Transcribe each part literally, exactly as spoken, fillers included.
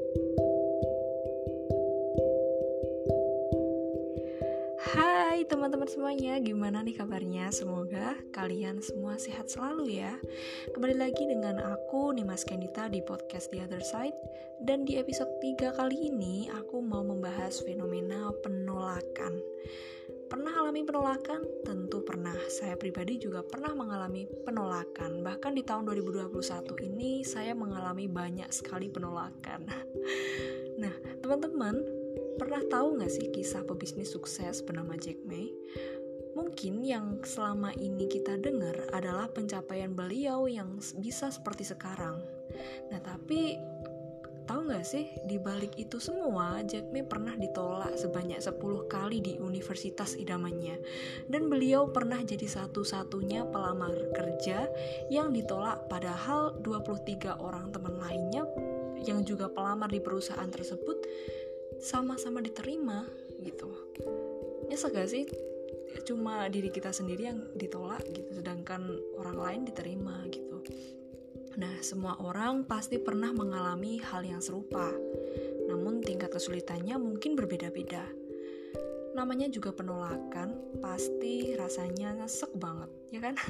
Hai teman-teman semuanya, gimana nih kabarnya? Semoga kalian semua sehat selalu ya. Kembali lagi dengan aku, Nimas Kendita di podcast The Other Side. Dan di episode tiga kali ini, aku mau membahas fenomena penolakan. Pernah alami penolakan? Tentu pernah. Saya pribadi juga pernah mengalami penolakan. Bahkan di tahun dua ribu dua puluh satu ini, saya mengalami banyak sekali penolakan. Nah, teman-teman, pernah tahu gak sih kisah pebisnis sukses bernama Jack Ma? Mungkin yang selama ini kita dengar adalah pencapaian beliau yang bisa seperti sekarang. Nah, tapi tahu gak sih, di balik itu semua, Jack Ma pernah ditolak sebanyak sepuluh kali di universitas idamannya. Dan beliau pernah jadi satu-satunya pelamar kerja yang ditolak, padahal dua puluh tiga orang teman lainnya yang juga pelamar di perusahaan tersebut sama-sama diterima gitu. Nyesek gak sih? Cuma diri kita sendiri yang ditolak gitu, sedangkan orang lain diterima gitu. Nah, semua orang pasti pernah mengalami hal yang serupa, namun tingkat kesulitannya mungkin berbeda-beda. Namanya juga penolakan, pasti rasanya nyesek banget, ya kan?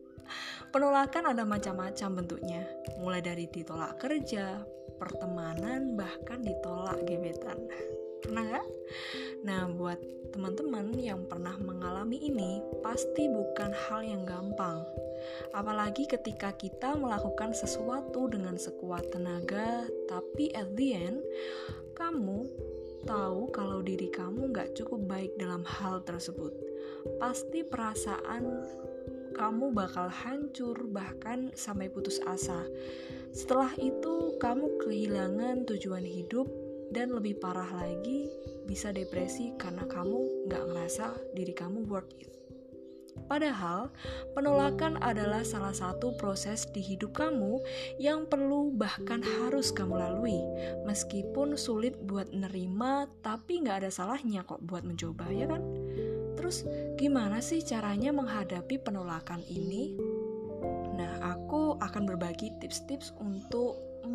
Penolakan ada macam-macam bentuknya, mulai dari ditolak kerja, pertemanan, bahkan ditolak gebetan. Pernah gak? Nah, buat teman-teman yang pernah mengalami ini, pasti bukan hal yang gampang. Apalagi ketika kita melakukan sesuatu dengan sekuat tenaga, tapi at the end, kamu tahu kalau diri kamu gak cukup baik dalam hal tersebut. Pasti perasaan kamu bakal hancur, bahkan sampai putus asa. Setelah itu, kamu kehilangan tujuan hidup, dan lebih parah lagi, bisa depresi karena kamu gak ngerasa diri kamu worth it. Padahal, penolakan adalah salah satu proses di hidup kamu yang perlu bahkan harus kamu lalui. Meskipun sulit buat nerima, tapi gak ada salahnya kok buat mencoba, ya kan? Terus, gimana sih caranya menghadapi penolakan ini? Nah, aku akan berbagi tips-tips untuk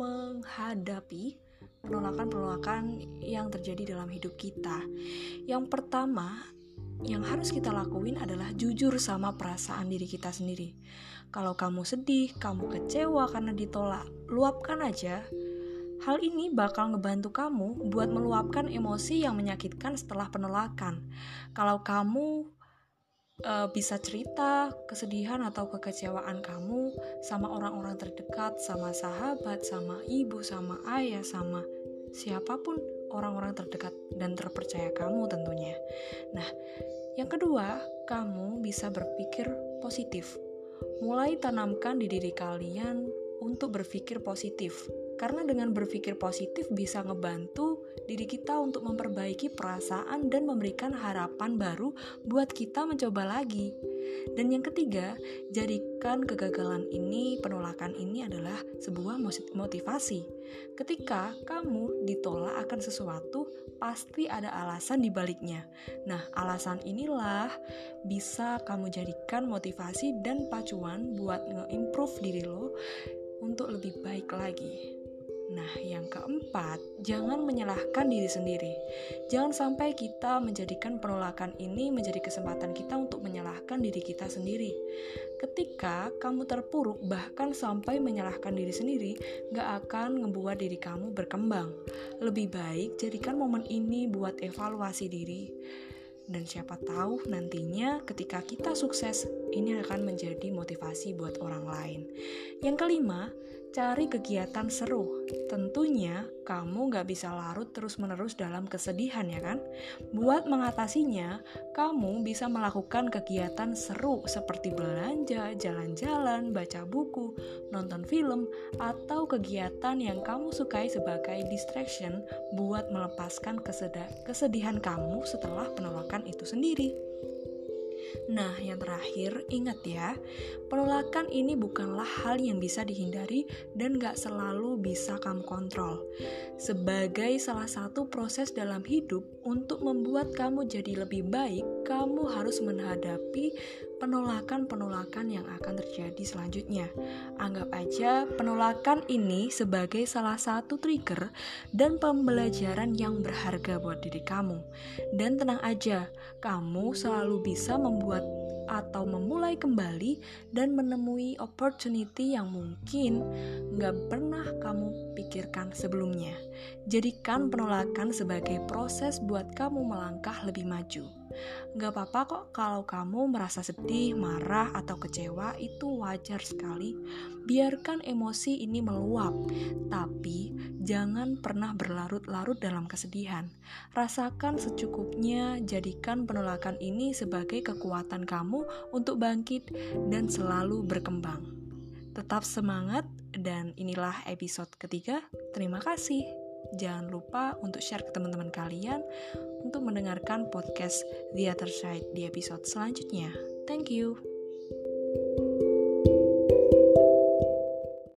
menghadapi penolakan-penolakan yang terjadi dalam hidup kita. Yang pertama, yang harus kita lakuin adalah jujur sama perasaan diri kita sendiri. Kalau kamu sedih, kamu kecewa karena ditolak, luapkan aja. Hal ini bakal ngebantu kamu buat meluapkan emosi yang menyakitkan setelah penolakan. Kalau kamu e, bisa cerita kesedihan atau kekecewaan kamu sama orang-orang terdekat, sama sahabat, sama ibu, sama ayah, sama siapapun orang-orang terdekat dan terpercaya kamu tentunya. Nah, yang kedua, kamu bisa berpikir positif. Mulai tanamkan di diri kalian untuk berpikir positif. Karena dengan berpikir positif bisa ngebantu diri kita untuk memperbaiki perasaan dan memberikan harapan baru buat kita mencoba lagi. Dan yang ketiga, jadikan kegagalan ini, penolakan ini adalah sebuah motivasi. Ketika kamu ditolak akan sesuatu, pasti ada alasan di baliknya. Nah, alasan inilah bisa kamu jadikan motivasi dan pacuan buat nge-improve diri lo untuk lebih baik lagi. Nah, yang keempat, jangan menyalahkan diri sendiri. Jangan sampai kita menjadikan penolakan ini menjadi kesempatan kita untuk menyalahkan diri kita sendiri. Ketika kamu terpuruk, bahkan sampai menyalahkan diri sendiri, gak akan ngebuat diri kamu berkembang. Lebih baik jadikan momen ini buat evaluasi diri. Dan siapa tahu nantinya ketika kita sukses, ini akan menjadi motivasi buat orang lain. Yang kelima, cari kegiatan seru. Tentunya kamu gak bisa larut terus-menerus dalam kesedihan, ya kan? Buat mengatasinya, kamu bisa melakukan kegiatan seru seperti belanja, jalan-jalan, baca buku, nonton film, atau kegiatan yang kamu sukai sebagai distraction buat melepaskan keseda- kesedihan kamu setelah penolakan itu sendiri. Nah, yang terakhir, ingat ya, penolakan ini bukanlah hal yang bisa dihindari dan gak selalu bisa kamu kontrol. Sebagai salah satu proses dalam hidup untuk membuat kamu jadi lebih baik, kamu harus menghadapi penolakan-penolakan yang akan terjadi selanjutnya. Anggap aja penolakan ini sebagai salah satu trigger dan pembelajaran yang berharga buat diri kamu. Dan tenang aja, kamu selalu bisa membuat atau memulai kembali dan menemui opportunity yang mungkin gak pernah kamu pikirkan sebelumnya. Jadikan penolakan sebagai proses buat kamu melangkah lebih maju. Gak apa-apa kok kalau kamu merasa sedih, marah, atau kecewa, itu wajar sekali. Biarkan emosi ini meluap, tapi jangan pernah berlarut-larut dalam kesedihan. Rasakan secukupnya, jadikan penolakan ini sebagai kekuatan kamu untuk bangkit dan selalu berkembang. Tetap semangat, dan inilah episode ketiga. Terima kasih. Jangan lupa untuk share ke teman-teman kalian untuk mendengarkan podcast The Other Side di episode selanjutnya. Thank you.